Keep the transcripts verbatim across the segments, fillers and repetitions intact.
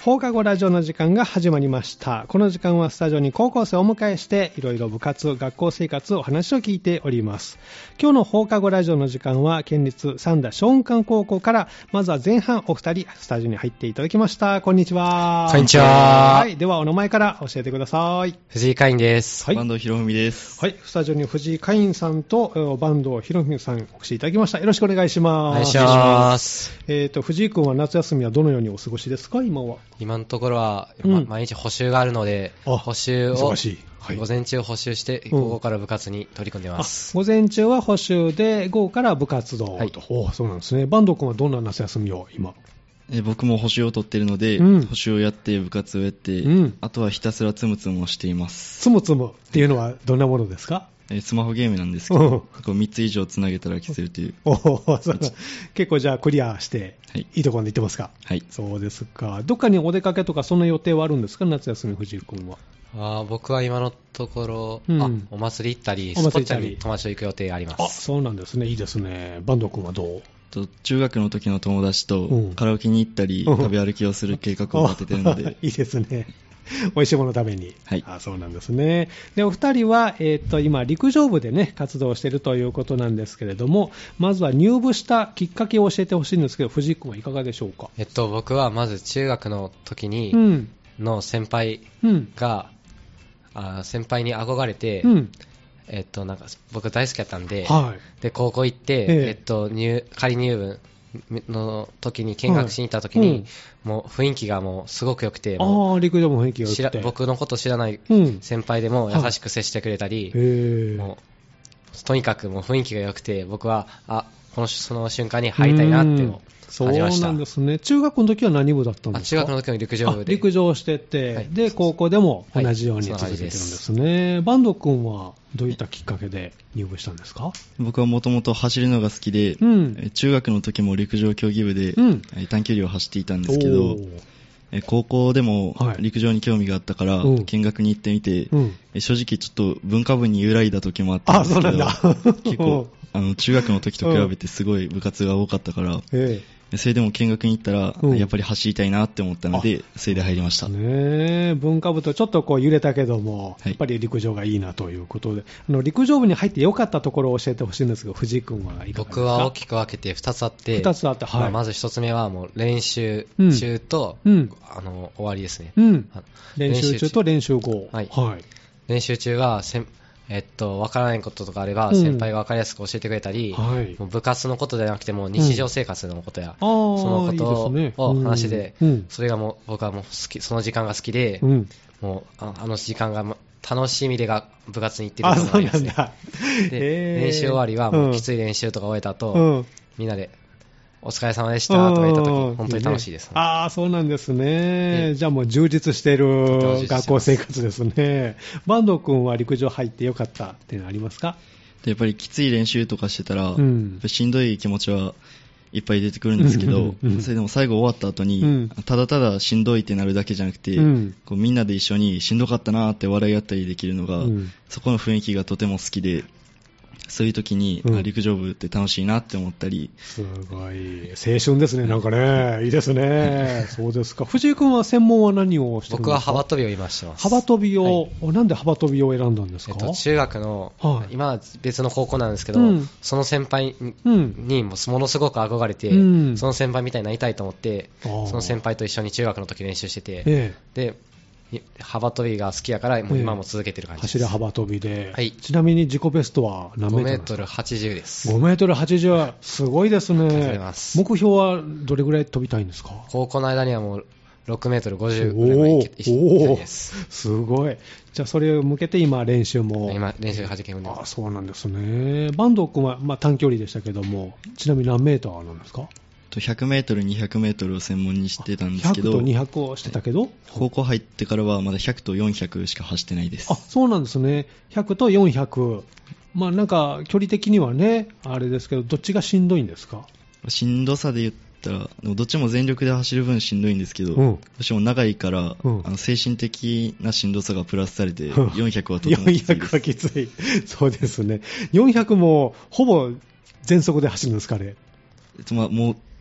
放課後ラジオの時間が始まりました。この時間はスタジオに高校生をお迎えしていろいろ部活、学校生活お話を聞いております。今日の放課後ラジオの時間は県立三田松雲館高校からまずは前半お二人スタジオに入っていただきました。こんにちは。 こんにちは。 はい、ではお名前から教えてください。 藤井海員です。 はい、坂東博文です。 はい、スタジオに藤井海員さんと坂東博文さんお越しいただきました。よろしくお願いします。 お願いします。 えっと藤井君は夏休みはどのようにお過ごしですか今は？ 今のところは、 うんま、毎日補習があるので、補習を忙しい、はい、 午前中補習して午後から部活に取り組んでます。 うん、午前中は補習で午後から部活動と、はい、おそうなんですね。坂東君はどんな夏休みを今？ え僕も補習を取っているので、うん、補習をやって部活をやって、うん、あとはひたすらつむつむをしています。 つむつむっていうのはどんなものですか？ えスマホゲームなんですけど、こうみっつ以上つなげたら消せるという。 おそう結構じゃあクリアして、はい、いいところに行ってますか？ はい。 そうですか。どっかにお出かけとかそんな予定はあるんですか？夏休み藤井君は。 あ僕は今のところ、うん、あお祭り行ったり、 お祭り行ったりスポッチャに友達と行く予定があります。 あそうなんですね。いいですね。坂東君はどう？ と中学の時の友達とカラオケに行ったり、うん、食べ歩きをする計画を立てているので。 いいですね。美味しいもののために、 はい、 あそうなんですね。でお二人は、えー、と今陸上部で、ね、活動しているということなんですけれども、まずは入部したきっかけを教えてほしいんですけど、藤井君はいかがでしょうか？ えっと、僕はまず中学の時に、うん、の先輩が、うん、あ先輩に憧れて、うんえっと、なんか僕大好きだったんで、はい、で高校行って、えーえっと、入仮入部の時に見学しに行った時に、はいうん、もう雰囲気がもうすごく良くて、 あ陸上も雰囲気が良くて僕のこと知らない先輩でも優しく接してくれたり、うん、もうとにかくもう雰囲気が良くて、僕はあこのその瞬間に入りたいなっていうのをそうなんですね。中学の時は何部だったんですか？ あ中学の時は陸上部で陸上してて、はい、で高校でも同じように続けてるんですね。坂東君はどういったきっかけで入部したんですか？ 僕はもともと走るのが好きで、うん、中学の時も陸上競技部で、うん、短距離を走っていたんですけど、高校でも陸上に興味があったから見学に行ってみて、うん、正直ちょっと文化部に揺らいだ時もあったんですけど、結構あの中学の時と比べてすごい部活が多かったから、ええそれでも見学に行ったら、うん、やっぱり走りたいなって思ったので、それで入りました。 ね、文化部とちょっとこう揺れたけども、はい、やっぱり陸上がいいなということで、あの陸上部に入って良かったところを教えてほしいんですが、藤井君はいかがですか？ 僕は大きく分けてふたつあって、 ふたつあって、はいまあ、まずひとつめはもう練習中と、うん、あの終わりですね、うん、 練習中と練習後、 はいはい、練習中はせえっと、分からないこととかあれば、先輩が分かりやすく教えてくれたり、うんはい、もう部活のことではなくても日常生活のことや、うん、そのことを話で、うん、それがもう僕はもう好き、その時間が好きで、うん、もう あ, あの時間が楽しみでが部活に行ってると思いますね。で練習終わりはもうきつい練習とか終えた後、うん、みんなでお疲れ様でしたとか言ったとき、本当に楽しいです、ね。 ああ、そうなんですね。じゃあもう充実している学校生活ですね。坂東君は陸上入ってよかったっていうのはありますか？ やっぱりきつい練習とかしてたら、うん、しんどい気持ちはいっぱい出てくるんですけど、うん、それでも最後終わった後に、うん、ただただしんどいってなるだけじゃなくて、うん、こうみんなで一緒にしんどかったなって笑い合ったりできるのが、うん、そこの雰囲気がとても好きで、そういう時に、うん、陸上部って楽しいなって思ったり。 すごい青春ですね。なんかねいいですね。そうですか。藤井君は専門は何をしてるんですか？ 僕は幅跳びを今してます。 幅跳びを、はい、なんで幅跳びを選んだんですか？ えっと、中学の、はい、今は別の高校なんですけど、うん、その先輩にものすごく憧れて、うん、その先輩みたいになりたいと思って、その先輩と一緒に中学の時練習してて、ええ、で幅跳びが好きやからもう今も続けてる感じです。 走り幅跳びで、 はい、 ちなみに自己ベストは何メートルですか？ごメートルはちじゅうです。 ごメートルはちじゅう、すごいですね。目標はどれぐらい飛びたいんですか？ 高校の間にはもうろくメートルごじゅうぐらいまでいきたいです。 すごい。じゃあそれを向けて今練習も今練習はじけるんです。 あ、そうなんですね。坂東君は、まあ、短距離でしたけども、ちなみに何メートルなんですか？ ひゃくメートル、にひゃくメートルを専門にしてたんですけど、 ひゃくとにひゃくをしてたけど、 高校入ってからはまだひゃくとよんひゃくしか走ってないです。 あ、そうなんですね。ひゃくとよんひゃく、まあなんか距離的にはねあれですけど、どっちがしんどいんですか？ しんどさで言ったらどっちも全力で走る分しんどいんですけど、うん、どうしても長いから、うん、あの精神的なしんどさがプラスされて、うん、よんひゃくはとてもきついです。よんひゃくはきつい。 そうですね。よんひゃくもほぼ全速で走るんですかね？ まあ、もう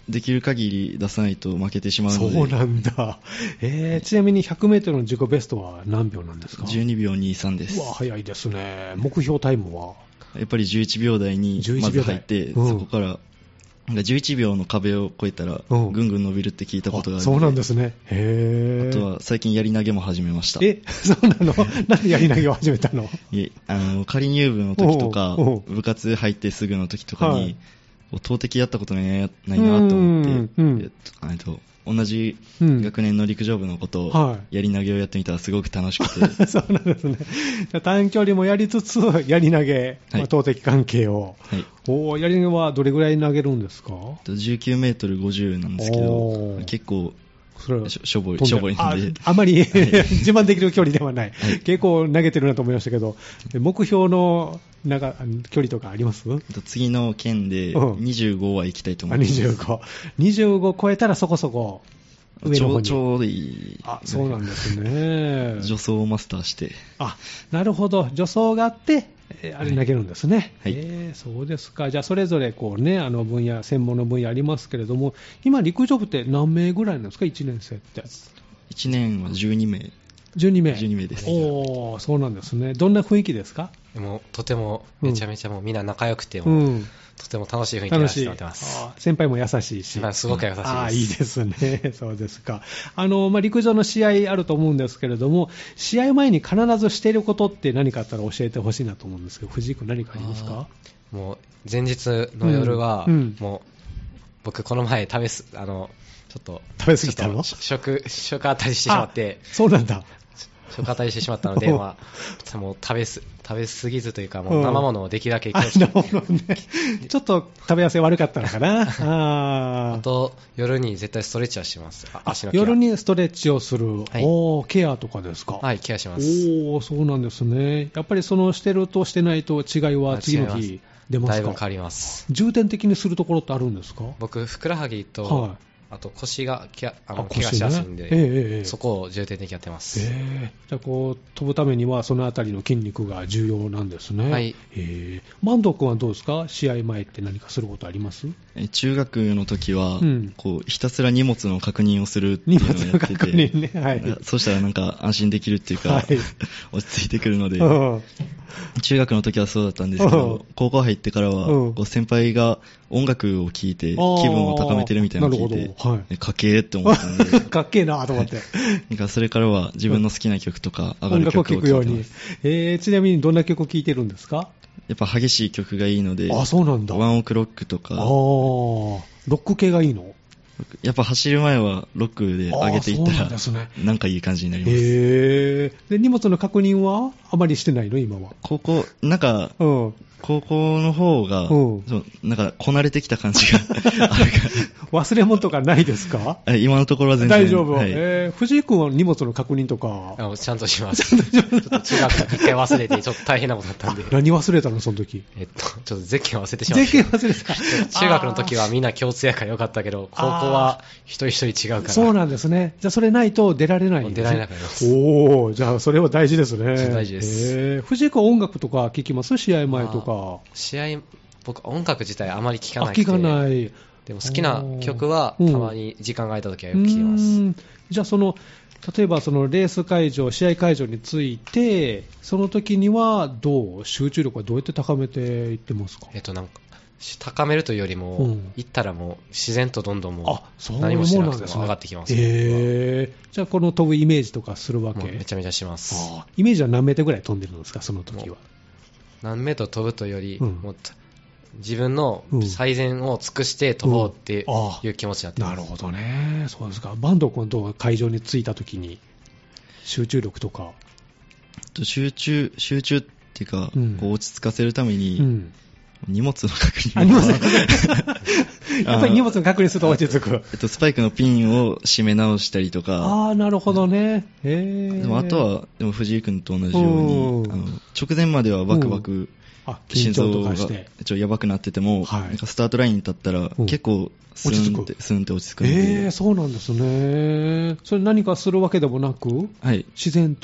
できる限り出さないと負けてしまうので。 そうなんだ。えー、ちなみに ひゃくメートル の自己ベストは何秒なんですか？ じゅうにびょうにじゅうさんです。 うわ、早いですね。目標タイムはやっぱりじゅういちびょう台にまず入って、うん、そこからなんかじゅういちびょうの壁を越えたらぐんぐん伸びるって聞いたことがあるので、 そうなんですね。へー。 あとは最近やり投げも始めました。 え、そうなの？なんでやり投げを始めたの？ いえ、あの仮入部の時とか部活入ってすぐの時とかに、はい、投擲やったことないなと思って、うん、えっと同じ学年の陸上部のことをやり投げをやってみたらすごく楽しくて、 はい、そうなんですね。短距離もやりつつやり投げ、はい、まあ、投擲関係を、はい、おやり投げはどれぐらい投げるんですか？ じゅうきゅうメートルごじゅうなんですけど、結構それしょぼいしょぼいなんで、 あ, あまり、はい、自慢できる距離ではない、はい、結構投げてるなと思いましたけど、目標のなんか距離とかあります？ 次の県でにじゅうごは行きたいと思います。 にじゅうご、にじゅうご超えたらそこそこ上の方に。 ちょうどいい。 あ、そうなんですね。 助走をマスターして。 あ、なるほど。助走があって、えー、あれ投げるんですね。はい、えー、そうですか。じゃあそれぞれこうね、あの分野、専門の分野ありますけれども、今陸上部って何名ぐらいなんですか？いちねん生って。 いちねんはじゅうにめい。 じゅうにめい。 じゅうにめいです。 おー、そうなんですね。どんな雰囲気ですか？ でもとてもめちゃめちゃもうみんな仲良くても、うん、とても楽しい雰囲気になってます。 あ、先輩も優しいし、 すごく優しいです。 あ、いいですね。そうですか。あの、まあ、陸上の試合あると思うんですけれども、試合前に必ずしていることって何かあったら教えてほしいなと思うんですけど、藤井君何かありますか？ もう前日の夜は、うんうん、もう僕この前食べすあのちょっと食べ過ぎたの？ 食食当たりしてしまって。 そうなんだ。 食当たりしてしまったので、まあ、もう食べす食べ過ぎずというか、もう生ものをできるだけ気をつけて、 うんね、ちょっと食べ合わせ悪かったのかな。ああと夜に絶対ストレッチはします。足のケア。 夜にストレッチをする、はい、おケアとかですか？ はい、ケアします。 おそうなんですね。やっぱりそのしてるとしてないと違いは次の日出ますか？ だいぶ変わります。 重点的にするところってあるんですか？ 僕ふくらはぎと、はい、あと腰がけあのあ怪我しやすいんで、 ええ、 そこを重点的にやってます。 えー、じゃあこう飛ぶためにはそのあたりの筋肉が重要なんですね。 はい。 えー、万藤君はどうですか？試合前って何かすることあります？ え中学の時は、うん、こうひたすら荷物の確認をするっていうのをやってて、荷物の確認ね、はい、そうしたらなんか安心できるっていうか、はい、落ち着いてくるので、中学の時はそうだったんですけど、高校入ってからはこう先輩が音楽を聴いて気分を高めてるみたいなのを聞いて、はい、かっけーって思ったんでかっけーなと思ってなんかそれからは自分の好きな曲とか上がる曲を聴いてます。音楽を聴くように、 えー、ちなみにどんな曲を聴いてるんですか？ やっぱ激しい曲がいいので、 あ、そうなんだ。 ワンオクロックとか。ああ、 ロック系がいいの？ やっぱ走る前はロックで上げていったら、ね、なんかいい感じになります。 へー。で、荷物の確認はあまりしてないの今は？ 高校、なんか、うん、高校の方が、うん、そうなんかこなれてきた感じがあるから忘れ物とかないですか？ 今のところは全然大丈夫、はい、えー、藤井君は荷物の確認とかちゃんとします。ちょっと中学一回忘れてちょっと大変なことだったんで。 何忘れたのその時？ えっとちょっとゼッケン忘れてしまった。 ゼッケン忘れた。 中学の時はみんな共通やからよかったけど、高校は一人一人違うから。 そうなんですね。じゃあそれないと出られないんですね。 出られなくなります。 おー、じゃあそれは大事ですね。 大事です。 えー、藤井君は音楽とか聞きます？試合前とか。 試合僕音楽自体あまり聴かなくて。 聞かない。 でも好きな曲はたまに時間が空いた時はよく聴きます。 うん、じゃあその例えばそのレース会場、試合会場についてその時にはどう集中力はどうやって高めていってますか？ えっとなんか高めるというよりも、うん、行ったらもう自然とどんどんもう何もしなくても上がってきます。 えー、じゃあこの飛ぶイメージとかするわけ？ めちゃめちゃします。 あ、イメージは何メートルぐらい飛んでるんですかその時は？ 何メートル飛ぶというより、うん、もう自分の最善を尽くして飛ぼうっていう気持ちになってます。 うんうん、なるほどね。そうですか。坂東君と会場に着いた時に集中力とか集中集中っていうか、うん、こう落ち着かせるために、うん、荷物の確認あ荷物の確認やっぱり荷物の確認すると落ち着く。 えっと、スパイクのピンを締め直したりとか。 ああ、なるほどね。へでもあとはでも藤井君と同じように、あの直前まではバクバク、うんあ心臓がちょっとやばくなってても、はい、なんかスタートラインに立ったら、うん、結構スンってスンって落ち着くので。 えー、そうなんですね。それ何かするわけでもなく、はい、自然と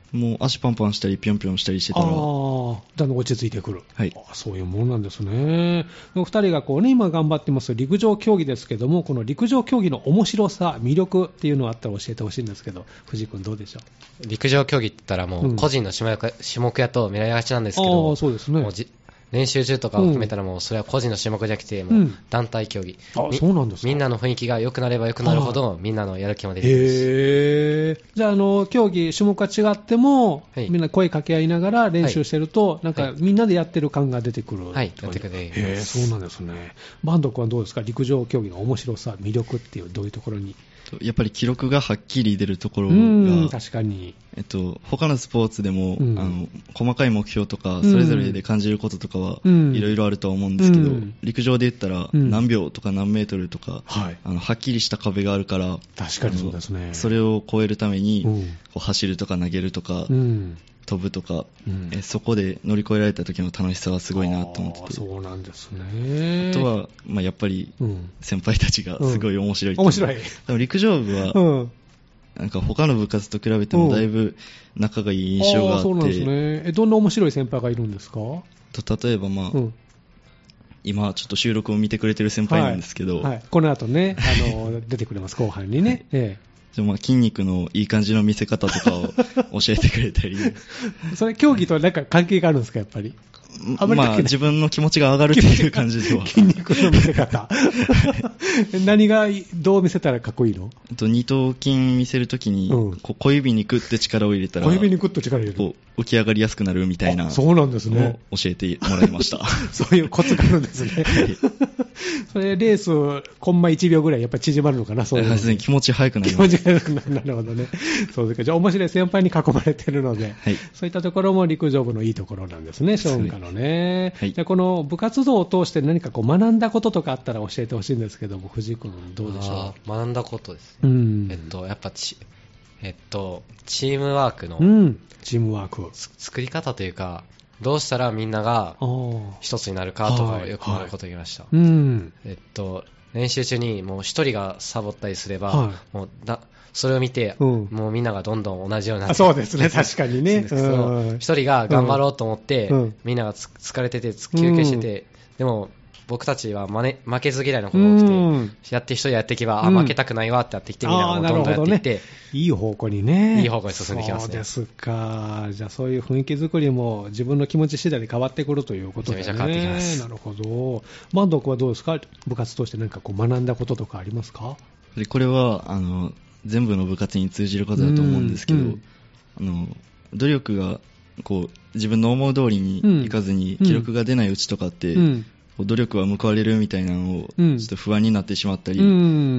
もう足パンパンしたりぴょんぴょんしたりしてたら、あだんだん落ち着いてくる、 はい、 あそういうものなんですね。お二人がこう、ね、今頑張ってます陸上競技ですけども、この陸上競技の面白さ、魅力っていうのがあったら教えてほしいんですけど、藤井君どうでしょう。陸上競技って言ったらもう個人の種目、うん、種目やと見られがちなんですけど、 あそうですね、 もうじ練習中とかを含めたらもうそれは個人の種目じゃなくてもう団体競技、 うん、あそうなんですか。 みんなの雰囲気が良くなれば良くなるほどみんなのやる気も出てくるし、 へじゃあ、あの競技種目が違っても、はい、みんな声かけ合いながら練習してると、はい、なんかみんなでやってる感が出てくる、 はい、出てくる。 へそうなんですね。坂東君はどうですか、陸上競技の面白さ、魅力っていうどういうところに。 やっぱり記録がはっきり出るところが、 確かに、 えっと、他のスポーツでも、うん、あの細かい目標とかそれぞれで感じることとかはいろいろあるとは思うんですけど、うん、陸上で言ったら何秒とか何メートルとか、うん、あのはっきりした壁があるから、 確かにそうですね、 それを超えるために、うん、こう走るとか投げるとか、うん飛ぶとか、うん、えそこで乗り越えられた時の楽しさはすごいなと思ってて、 そうなんですね。 あとは、まあ、やっぱり先輩たちがすごい面白い、 うん、面白い。 でも陸上部は、うん、なんか他の部活と比べてもだいぶ仲がいい印象があって、 うん、あそうなんですね。えどんな面白い先輩がいるんですか。 と例えば、まあうん今ちょっと収録を見てくれてる先輩なんですけど、 はいはい、この後ねあの出てくれます後半にね、はいええじゃまあ筋肉のいい感じの見せ方とかを教えてくれたりそれ競技となんか関係があるんですかやっぱり。 あまりまあ自分の気持ちが上がるという感じでは筋肉の見せ方何がどう見せたらかっこいいの。 と二頭筋見せるときに、うん、こう小指にグッて力を入れたら小指にグッと力を入れるこう浮き上がりやすくなるみたいな。 そうなんですね。 教えてもらいましたそういうコツがあるんですねそれレースコンマいちびょうぐらいやっぱり縮まるのかな。そういう気持ち早くなります。 気持ち早くなる。なるほどね。そうですか。じゃあ面白い先輩に囲まれてるので、はい、そういったところも陸上部のいいところなんですね。小運科のね。はい、じゃあこの部活動を通して何かこう学んだこととかあったら教えてほしいんですけども、藤井君どうでしょう。 学んだことですね。うん、えっとやっぱちえっとチームワークの、 うん、チームワーク作り方というか。どうしたらみんなが一つになるかとかをよく学ぶことができました、はいはいうんえっと、練習中にもう一人がサボったりすれば、はい、もうだそれを見て、うん、もうみんながどんどん同じようになってそうですね確かにね一人が頑張ろうと思って、うん、みんながつ疲れてて休憩してて、うん、でも僕たちは負、ね、負けず嫌いな子が多くて、うん、やって一人やっていけば、うん、あ負けたくないわってやってきてみんながどんどんやっていって、ね、 いい方向にねいい方向に進んできますね。 そうですか。じゃあそういう雰囲気作りも自分の気持ち次第で変わってくるということですね。 めちゃめちゃ変わってきます。 なるほど。坂東君はどうですか。部活として何かこう学んだこととかありますか。 これはあの全部の部活に通じることだと思うんですけど、うん、あの努力がこう自分の思う通りにいかずに記録が出ないうちとかって、うんうん努力は報われるみたいなのをちょっと不安になってしまったり、うん、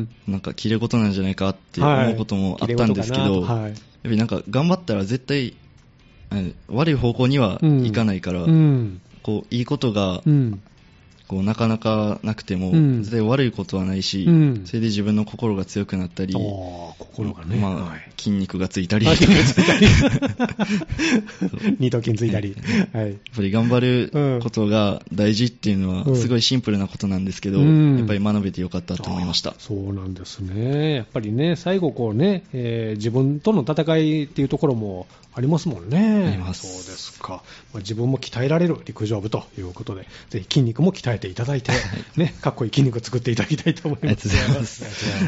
なんか綺麗事なんじゃないかって思うこともあったんですけど、はい、やっぱりなんか頑張ったら絶対悪い方向にはいかないから、うん、こういいことがこうなかなかなくても、うん、絶対悪いことはないし、うん、それで自分の心が強くなったり、 心がね、 まあはい、筋肉がついたり二頭筋ついたり、 はい、やっぱり頑張ることが大事っていうのはすごいシンプルなことなんですけど、うん、やっぱり学べてよかったと思いました。 そうなんですね。やっぱりね最後こうね、えー、自分との戦いっていうところもありますもんね。 あります。 そうですか。まあ、自分も鍛えられる陸上部ということで、ぜひ筋肉も鍛えていただいて、ね、かっこいい筋肉を作っていただきたいと思います。 ありがとうございます。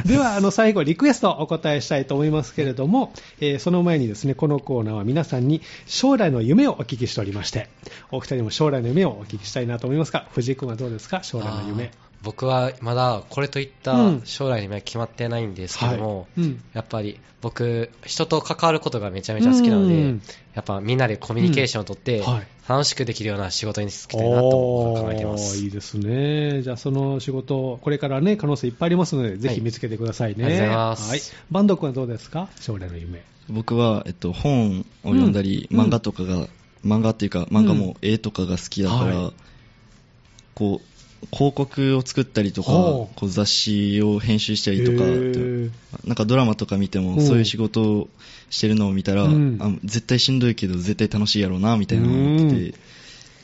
では、あの、最後、リクエストをお答えしたいと思いますけれども、えー、その前にですね、このコーナーは皆さんに将来の夢をお聞きしておりまして、お二人も将来の夢をお聞きしたいなと思いますが、藤井君はどうですか、将来の夢。 僕はまだこれといった将来の夢は決まってないんですけども、うんはいうん、やっぱり僕人と関わることがめちゃめちゃ好きなので、うん、やっぱみんなでコミュニケーションをとって、うんはい、楽しくできるような仕事に就きたいなと考えています。 いいですね。じゃあその仕事これからね可能性いっぱいありますので、ぜひ見つけてくださいね。 はい、ありがとうございます。 はい、坂東君はどうですか、将来の夢。 僕は、えっと、本を読んだり、漫画とかが漫画っていうか漫画も絵とかが好きだから、はい、こう広告を作ったりとか、こう雑誌を編集したりとか、なんかドラマとか見てもそういう仕事をしてるのを見たら、うん、あ絶対しんどいけど絶対楽しいやろうなみたいなのを思ってて、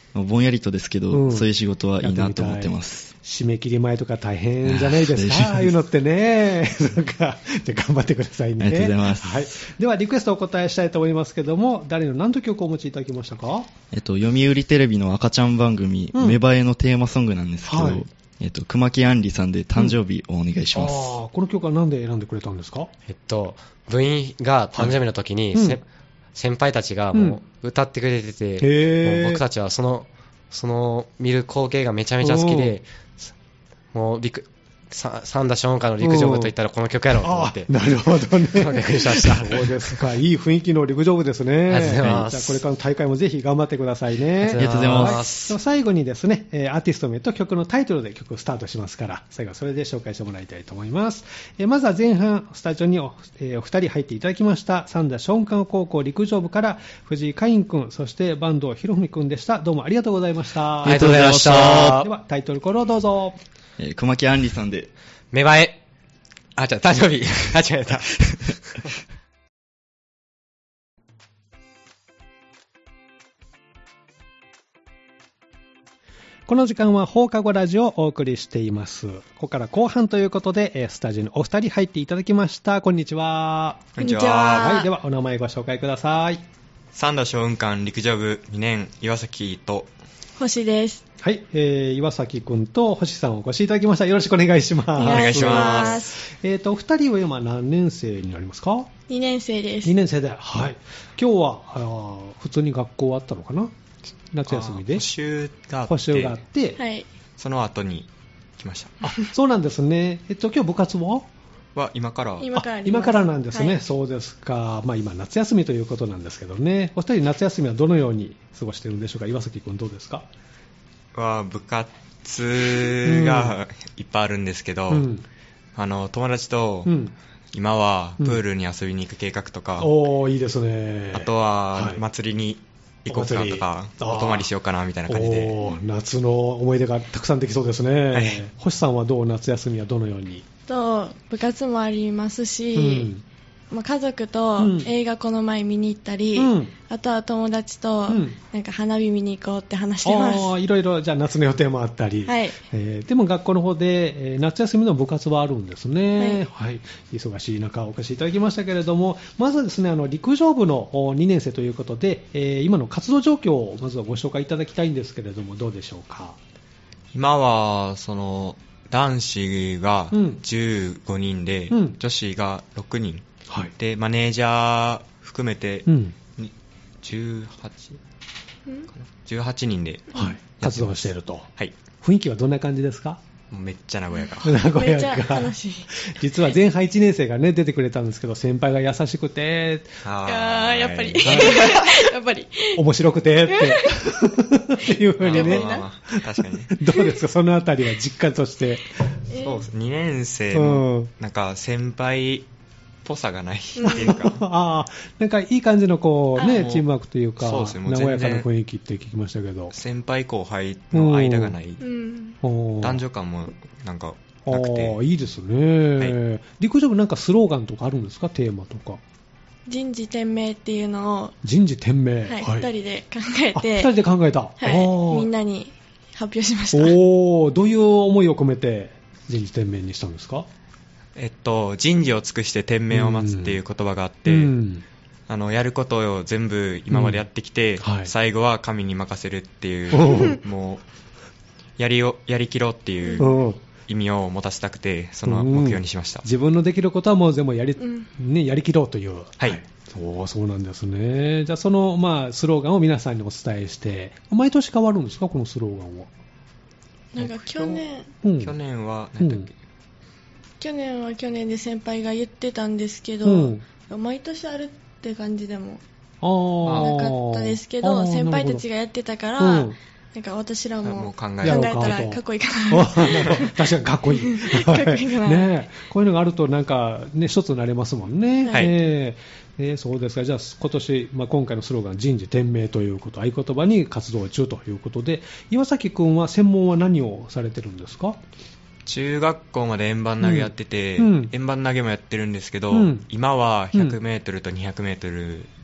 ぼんやりとですけど、うん、そういう仕事はいいなと思ってます。 締め切り前とか大変じゃないですか、ああいうのってね。なんかじゃ頑張ってくださいね。 ありがとうございます。 はい、ではリクエストをお答えしたいと思いますけども、誰の何と曲をお持ちいただきましたか？ えっと、読売テレビの赤ちゃん番組、うん、芽生えのテーマソングなんですけど、はい、えっと、熊木杏里さんで誕生日をお願いします。うん、 あこの曲は何で選んでくれたんですか？ えっと、部員が誕生日の時に、はいうん、先輩たちがもう歌ってくれてて、うん、もう僕たちはそのその見る光景がめちゃめちゃ好きで、もう陸三田松下の陸上部といったらこの曲やろうと思って。 なるほどね。 この曲にしました。 そうですか。いい雰囲気の陸上部ですね。 ありがとうございます。 じゃあこれからの大会もぜひ頑張ってくださいね。 ありがとうございます。 はい、最後にですね、アーティスト名と曲のタイトルで曲スタートしますから、最後はそれで紹介してもらいたいと思います。まずは前半、スタジオに お, お二人入っていただきました、三田松下高校陸上部から藤井海員君、そして坂東博文君でした。どうもありがとうございました。 ありがとうございました。 ではタイトルコールをどうぞ。 えー、熊木杏里さんで芽生え。あ、じゃあ、誕生日。間違えた。 この時間は放課後ラジオをお送りしています。ここから後半ということで、スタジオにお二人入っていただきました。こんにちは。 こんにちは。 はい、ではお名前ご紹介ください。 三田松雲館陸上部にねん岩崎と星です。 はい、えー、岩崎くんと星さんをお越しいただきました。よろしくお願いします。お願いします。 えっと、お二人は今何年生になりますか？ にねん生です。 にねん生で、はい。今日はあ普通に学校あったのかな？夏休みで。 補習があって、 補習があって、 はい。 その後に来ました。 あ、そうなんですね。えっと、今日部活は？ は今から今から今からなんですね、 はい、 そうですか。まあ今夏休みということなんですけどね。お二人夏休みはどのように過ごしているんでしょうか？岩崎くんどうですか？ は部活がいっぱいあるんですけど、うん、あの友達と今はプールに遊びに行く計画とか、 うん、おーいいですね。 あとは祭りに行こうかとか、お泊まりしようかなみたいな感じで。 お夏の思い出がたくさんできそうですね、はい、星さんはどう？夏休みはどのように？ と部活もありますし、うんまあ、家族と映画この前見に行ったり、うん、あとは友達となんか花火見に行こうって話してます、 うん、いろいろじゃあ夏の予定もあったり、 はいえー、でも学校の方で、えー、夏休みの部活はあるんですね、はいはい、忙しい中お越しいただきましたけれども、まずはですねあの陸上部のにねん生ということで、えー、今の活動状況をまずはご紹介いただきたいんですけれども、どうでしょうか？ 今はその男子がじゅうごにんで、うん、女子がろくにん、はい、でマネージャー含めて、うん、じゅうはち、うん、じゅうはちにんで、 はい、活動していると、 はい、 雰囲気はどんな感じですか？ もうめっちゃ名古屋か名古屋かめっちゃ楽しい。 実は前半いちねん生が、ね、出てくれたんですけど、先輩が優しくて、 あやっぱりやっぱり面白くてっていう風にね、 まあまあまあ確かにどうですかそのあたりは実感として？ そうです、にねん生のなんか先輩っぽさがないっていうかあなんかいい感じのこう、ね、チームワークというか、そうですね、和やかな雰囲気って聞きましたけど、 先輩後輩の間がない、うん、男女間もなんかなくて、 あいいですね、はい、陸上部なんかスローガンとかあるんですか？テーマとか。 人事天命っていうのを人事天命、 はいはい、ふたりで考えてふたりで考えた、 はい、みんなに発表しました。 おどういう思いを込めて人事天命にしたんですか？ えっと、人事を尽くして天命を待つっていう言葉があって、うん、あのやることを全部今までやってきて、うんはい、最後は神に任せるっていう、もうやりをやりきろうっていう意味を持たせたくて、その目標にしました、うん、 自分のできることはもう全部やり、うんね、やりきろうという、 はい、 そう、そうなんですね。じゃあその、まあ、スローガンを皆さんにお伝えして、毎年変わるんですかこのスローガンは？ なんか去年、 うん、去年は何だっけ、うん去年は去年で先輩が言ってたんですけど、うん、毎年あるって感じでもなかったですけど、先輩たちがやってたから、うん、なんか私らも考えたらかっこいいかな。 確かにかっこいい。かっこいいかな、ね、こういうのがあるとなんか、ね、一つになれますもんね。 はい、 えーえー、そうですか。じゃあ今年、まあ、今回のスローガン人事天命ということ合言葉に活動中ということで、岩崎君は専門は何をされてるんですか？ 中学校まで円盤投げやってて、うん、円盤投げもやってるんですけど、うん、今はひゃくメートルとにひゃくメートル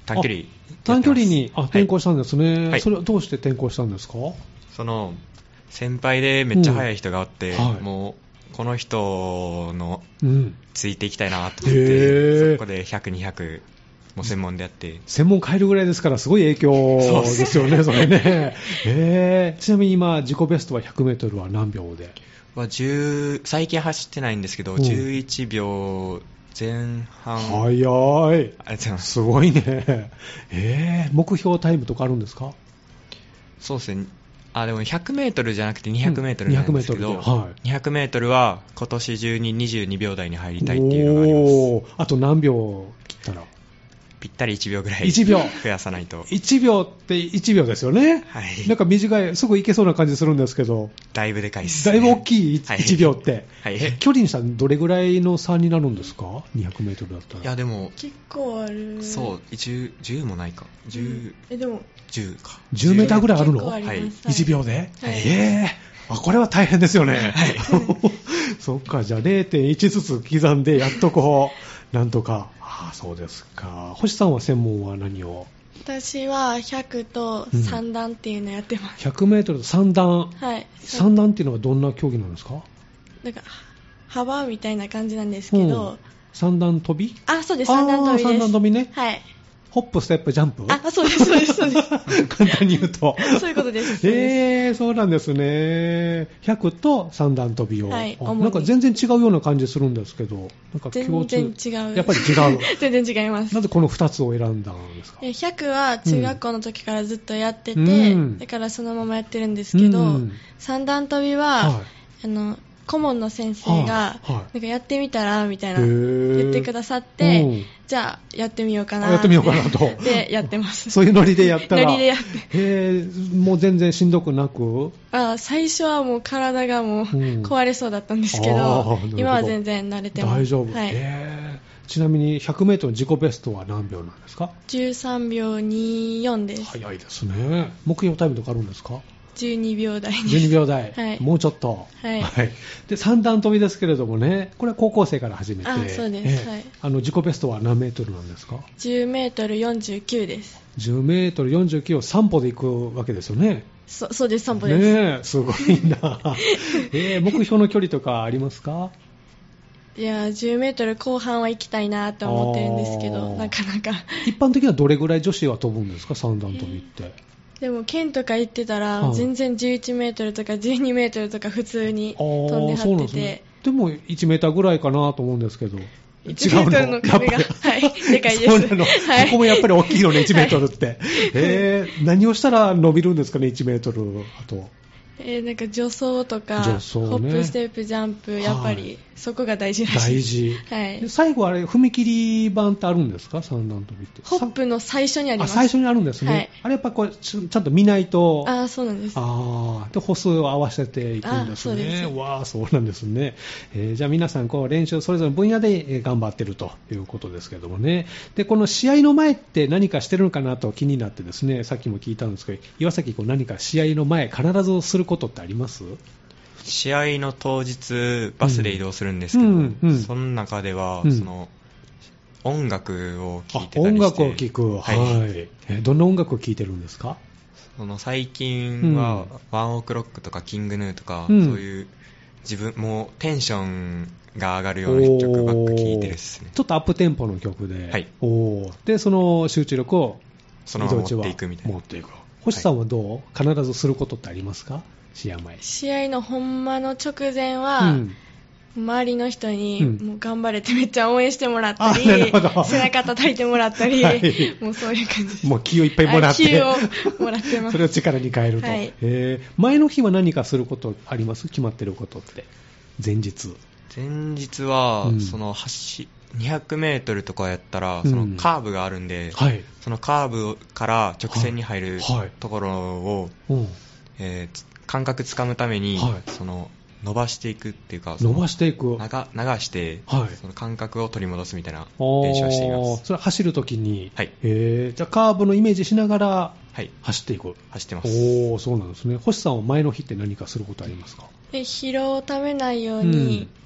短距離短距離にあ転校したんですね、はい、それはどうして転校したんですか？ その先輩でめっちゃ速い人がおって、うんはい、もうこの人のついていきたいなと思って、うん、そこでひゃく、にひゃくも専門でやって専門変えるぐらいですからすごい影響ですよねそれねえー、ちなみに今自己ベストは ひゃくメートル は何秒ではじゅう最近走ってないんですけど、うん、じゅういちびょうぜん半。 早い。ありがとうございます。すごいね。えー、目標タイムとかあるんですか？ そうですね。あ、でもひゃくメートルじゃなくてにひゃくメートルなんですけど、うん、にひゃくメートルで、はい、にひゃくメートルは今年中ににじゅうにびょう台に入りたいっていうのがあります。おー、 あと何秒切ったら？ ぴったりいちびょうぐらいいちびょう増やさないと。 いちびょうっていちびょうですよね。 はい。 なんか短い、すぐいけそうな感じするんですけど。 だいぶでかいです、ね。 だいぶ大きい いち,、はい、いちびょうって。 はい。 距離にしたらどれぐらいの差になるんですか ?にひゃくメートル だったら。 いやでも、 結構ある。 そう、じゅう、じゅうもないか。じゅう、うん、 え、でも、 じゅうか。 じゅうメーターぐらいあるの？ はい。 いちびょうで、はい、えー、あ、これは大変ですよね。はい。そっか、じゃあ れいてんいち ずつ刻んで、やっとこう、なんとか。ああ、そうですか。星さんは専門は何を？ 私はひゃくとさん段っていうのをやってます。 うん、ひゃくメートルとさん段。 はい。 さん段っていうのはどんな競技なんですか？ なんか幅みたいな感じなんですけど。うん、 さん段跳び？ あ、そうです。さん段跳びです。 さん段跳びね。 はい。 ホップ、ステップ、ジャンプ？ あ、そうです、そうです、そうです。 簡単に言うと。 そういうことです。 えー、そうなんですね。ひゃくとさん段跳びを。 はい。 なんか全然違うような感じするんですけど。なんか共通。 全然違う。 やっぱり違う。 全然違います。 なぜこのふたつを選んだんですか？ ひゃくは中学校の時からずっとやってて、うん、だからそのままやってるんですけど、うん、さん段跳びは、はい、あの、顧問の先生が、はいはい、なんかやってみたらみたいな言ってくださって、うん、じゃあやってみようかなやってみようかなとでやってます。 そういうノリでやったらノリでやってへー、もう全然しんどくなく？ あ、最初はもう体がもう壊れそうだったんですけど、うん、今は全然慣れてます。 大丈夫、はい、へー。ちなみに ひゃくメートル 自己ベストは何秒なんですか？ じゅうさんびょうにじゅうよんです。 早いですね。目標タイムとかあるんですか？ じゅうにびょう台です。 じゅうにびょう台、 はい、 もうちょっと、 はいはい、 でさん段跳びですけれどもね、これは高校生から始めて、 あ、そうです、はい、 あの自己ベストは何メートルなんですか？ じゅうメートルよんじゅうきゅうです。 じゅうメートルよんじゅうきゅうをさん歩で行くわけですよね。 そ, そうです、さん歩です。 ねえ、すごいな、えー、目標の距離とかありますか？ いや、じゅうメートル後半は行きたいなと思ってるんですけど、なかなか。 一般的にはどれぐらい女子は飛ぶんですか、さん段跳びって？えーでも県とか行ってたら、全然じゅういちメートルとかじゅうにメートルとか普通に飛んではってて、 ね、でもいちメーターぐらいかなと思うんですけど、 いちメートルの壁が、はい、でかいです。 そうなの、はい、ここもやっぱり大きいのね、いちメートルって、はい、えー、何をしたら伸びるんですかね、いちメートル。あとえー、なんか助走とか、助走ね、ホップ、ステップ、ジャンプ、やっぱりそこが大事らしい。 大事。 はい。 最後あれ踏切板ってあるんですか、三段跳びって？ ホップの最初にあります。 あ、最初にあるんですね。はい、あれやっぱこうちゃんと見ないと。 あ、そうなんです。 ああ、で歩数を合わせていくんですね。そうです。わあ、そうなんですね。えー、じゃあ皆さんこう練習それぞれの分野で頑張ってるということですけどもね。でこの試合の前って何かしてるのかなと気になってですね、さっきも聞いたんですけど、岩崎こう何か試合の前必ずすることってあります？ 試合の当日バスで移動するんですけど、うんうんうん、その中では、うん、その音楽を聴いてたりして。 音楽を聴く、はい、はい、えどんな音楽を聴いてるんですか？ その最近は、うん、ワンオクロックとかキングヌーとか、うん、そういう自分もテンションが上がるような曲ばっか聴いてるっすね。 ちょっとアップテンポの曲で、 はい、 おでその集中力をそのまま持っていくみたいな。 持っていく。星さんはどう、はい、必ずすることってありますか？試合前。 試合のほんまの直前は、うん、周りの人に、うん、もう頑張れってめっちゃ応援してもらったり、背中叩いてもらったり、はい、もうそういう感じです。 もう気をいっぱいもらって、 気をもらってます。 それを力に変えると、はい、えー、前の日は何かすることあります？決まってることって。前日。 前日は、うん、その走にひゃくメートルとかやったら、そのカーブがあるんで、うん、はい、そのカーブから直線に入るところを、はいはい、えー感覚つかむために、はい、その伸ばしていくっていうか、 伸ばしていく、 流して、はい、その感覚を取り戻すみたいな練習をしています。 それは走るときに、 はい、 えー、じゃあカーブのイメージしながら走っていく、はい、 走ってます。 おー、そうなんですね。星さんは前の日って何かすることありますか？ え疲労をためないように、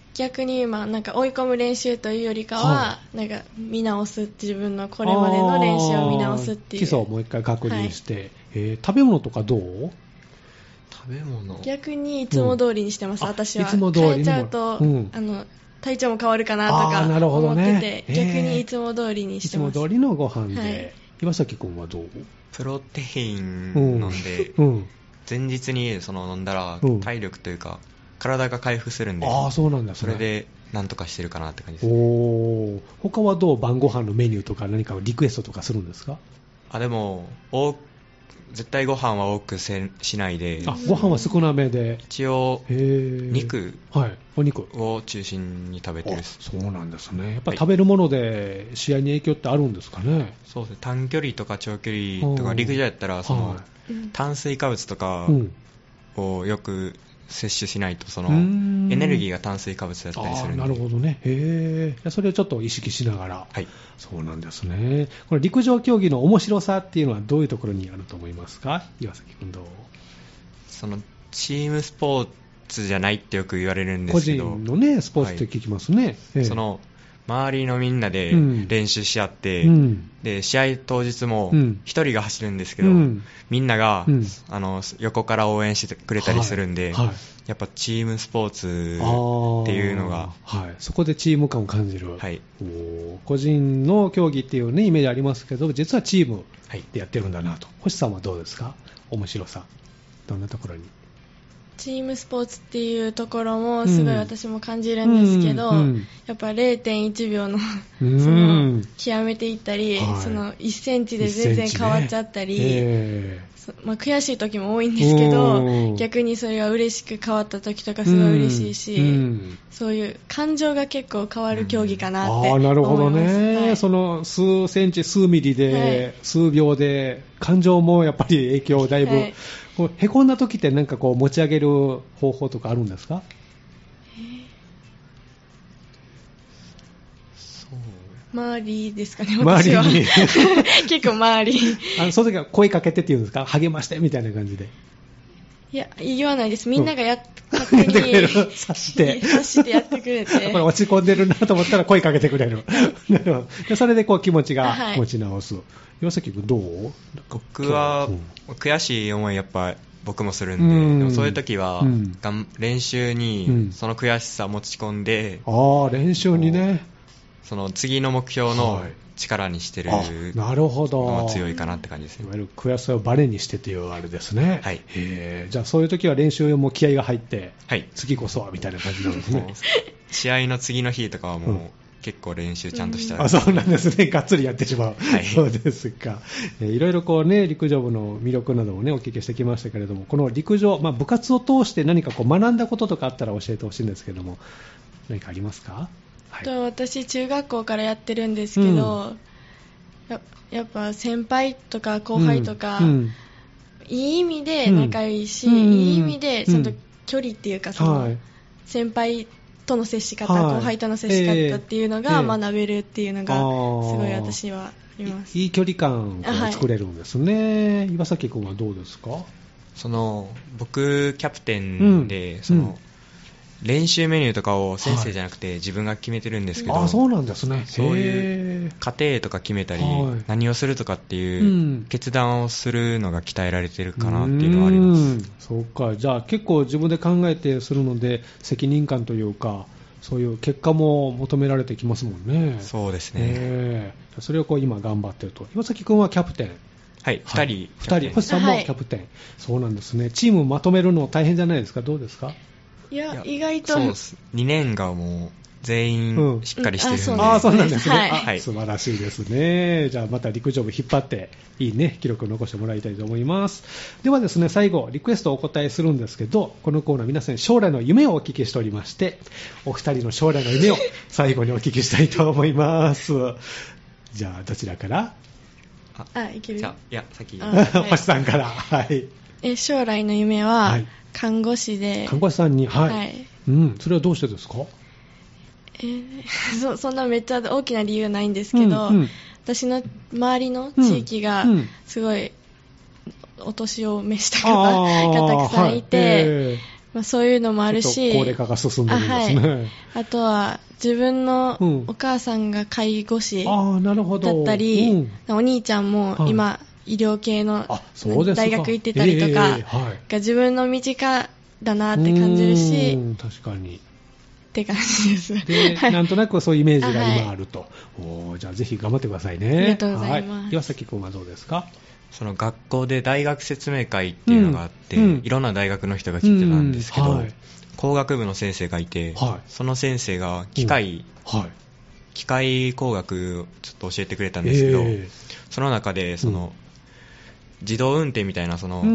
逆に今なんか追い込む練習というよりかは、はい、なんか見直す、自分のこれまでの練習を見直すっていう、 基礎をもう一回確認して、はい、えー、食べ物とかどう？ 食べ物逆にいつも通りにしてます、うん、私は。 いつも通りに変えちゃうと、うん、あの体調も変わるかなとか思ってて、ね、逆にいつも通りにしてます。 いつも通りのご飯で、はい、岩崎君はどう？ プロテイン飲んで、うん、前日にその飲んだら体力というか、うん、体が回復するんで、 あ、そうなんですね。 それでなんとかしてるかなって感じです。 お、他はどう？晩ご飯のメニューとか何かリクエストとかするんですか？ あ、でも多絶対ご飯は多くせしないで、 あ、ご飯は少なめで、 一応肉、 はい、お肉を中心に食べてるです。 そうなんですね。やっぱり食べるもので試合に影響ってあるんですかね？はい、 そうですね。短距離とか長距離とか陸上やったらその、はい、炭水化物とかをよく摂取しないと、そのエネルギーが炭水化物だったりするんで。 あ、なるほどね。へえ。それをちょっと意識しながら。はい。そうなんですね。これ陸上競技の面白さっていうのはどういうところにあると思いますか？岩崎君どう？ そのチームスポーツじゃないってよく言われるんですけど、 個人のねスポーツって聞きますね。はい、 ええ、その周りのみんなで練習し合って、うん、で試合当日もひとりが走るんですけど、うん、みんなが、うん、あの横から応援してくれたりするんで、はいはい、やっぱチームスポーツっていうのが、 はい、そこでチーム感を感じる、はい、お個人の競技っていう、ね、イメージありますけど、実はチームでやってるんだなと。はい、星さんはどうですか？面白さどんなところに？ チームスポーツっていうところもすごい私も感じるんですけど、うんうん、やっぱ れいてんいちびょう の, その極めていったり、はい、そのいっセンチで全然変わっちゃったり、ね、まあ、悔しい時も多いんですけど、逆にそれが嬉しく変わった時とかすごい嬉しいし、うん、そういう感情が結構変わる競技かなって思います。 あ、なるほどね、はい、その数センチ数ミリで、はい、数秒で感情もやっぱり影響をだいぶ、はい、へこんだ時って何かこう持ち上げる方法とかあるんですか？えー、 そう周りですかね、私は。周りに結構周りあのその時は声かけてっていうんですか？励ましてみたいな感じで。 いや、言わないです。みんながやっ、うん、勝手に察して察してやってくれて、 これ落ち込んでるなと思ったら声かけてくれるなるほど。でそれでこう気持ちが持ち直す、はい、岩崎君どう？ 僕は、うん、悔しい思いやっぱ僕もするんで、うん、でもそういう時は、うん、練習にその悔しさを持ち込んで、 うん、あ練習にね、 その次の目標の力にしてるのは強いかなって感じですね。 いわゆる悔しさをバネにしてというあれですね。はい、へじゃあそういう時は練習も気合が入って、はい、次こそはみたいな感じなんですね。 試合の次の日とかはもう、うん、結構練習ちゃんとしたら、 あ、そうなんですね。がっつりやってしまう。はい、そうですか。えー、いろいろこうね、陸上部の魅力などもね、お聞きしてきましたけれども、この陸上、まあ、部活を通して何かこう学んだこととかあったら教えてほしいんですけども、何かありますか？ はい、と私、中学校からやってるんですけど、うん、や, やっぱ先輩とか後輩とか、うんうん、いい意味で仲いいし、うん、いい意味でちゃんと距離っていうか、その、はい、先輩との接し方、はい、後輩との接し方っていうのが学べるっていうのがすごい私はあります。 いい距離感を作れるんですね。はい、岩崎君はどうですか？ その僕キャプテンで、うん、その、うん、練習メニューとかを先生じゃなくて自分が決めてるんですけど、 はい、あ、そうなんですね。 そういう過程とか決めたり、はい、何をするとかっていう決断をするのが鍛えられてるかなっていうのはあります。うん、 そうか。じゃあ結構自分で考えてするので責任感というか、そういう結果も求められてきますもんね。 そうですね。 えー、それをこう今頑張ってると。岩崎君はキャプテン。 はい、ふたり。 ふたり。星さんもキャプテン、はい。そうなんですね。チームまとめるの大変じゃないですか？どうですか？ いや、意外と。 そうです。にねんがもう全員しっかりしてるんで、うん、 ああ、そうなんですね、 はい、 素晴らしいですね。じゃあまた陸上部引っ張っていいね記録を残してもらいたいと思います。ではですね、最後リクエストをお答えするんですけど、このコーナー皆さん将来の夢をお聞きしておりまして、お二人の将来の夢を最後にお聞きしたいと思います。じゃあどちらから？ あ、あいける。 じゃあいや先に、 はい、星さんから。はい。 え将来の夢は、はい、看護師で。 看護師さんに、はい、はい、うん、それはどうしてですか？ えー、そ, そんなめっちゃ大きな理由ないんですけど、うんうん、私の周りの地域がすごいお年を召した方がたくさんいて、はい、 まあ、そういうのもあるし、 高齢化が進んでるんですね。 あ、はい、あとは自分のお母さんが介護士だったり、うんうん、お兄ちゃんも今、はい、医療系の大学行ってたりとか、えーはい、が自分の身近だなって感じるし、 うん、確かにって感じです。 で、はい、なんとなくそういうイメージが今あると。はい、おじゃあぜひ頑張ってくださいね。 ありがとうございます。 はい、岩崎君はどうですか？ その学校で大学説明会っていうのがあって、うん、いろんな大学の人が来てたんですけど、うんはい、工学部の先生がいて、はい、その先生が機械、うんはい、機械工学をちょっと教えてくれたんですけど、えー、その中でその、うん、自動運転みたいなその、うん、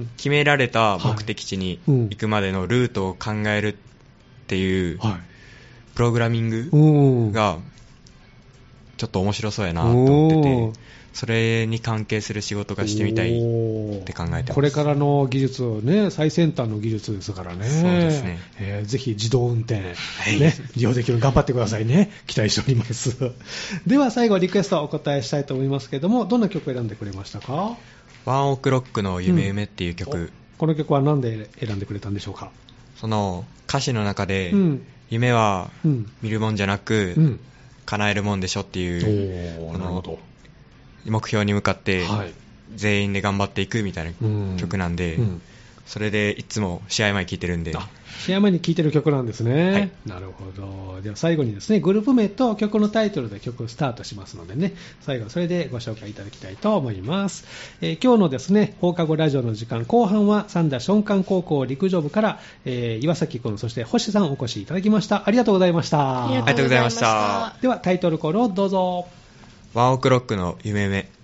決められた目的地に行くまでのルートを考えるっていう、はい、プログラミングがちょっと面白そうやなと思ってて、それに関係する仕事がしてみたいって考えてます。 これからの技術をね、最先端の技術ですからね。 そうですね。 えー、ぜひ自動運転、ね、利用できるように頑張ってくださいね。期待しております。では最後リクエストをお答えしたいと思いますけれども、どんな曲を選んでくれましたか？ ワンオクロックの夢夢っていう曲、うん、 この曲は何で選んでくれたんでしょうか？ その歌詞の中で、うん、夢は見るもんじゃなく、うん、叶えるもんでしょっていう、 おー、なるほど、 目標に向かって全員で頑張っていくみたいな曲なんで、うんうん、それでいつも試合前聴いてるんで。 試合前に聴いてる曲なんですね、はい、なるほど。では最後にですね、グループ名と曲のタイトルで曲スタートしますのでね、最後それでご紹介いただきたいと思います。えー、今日のですね、放課後ラジオの時間後半は三田松漢高校陸上部から、えー、岩崎くんそして星さんお越しいただきました。ありがとうございました。 ありがとうございました。 ではタイトルコールをどうぞ。 ワンオクロックの夢夢。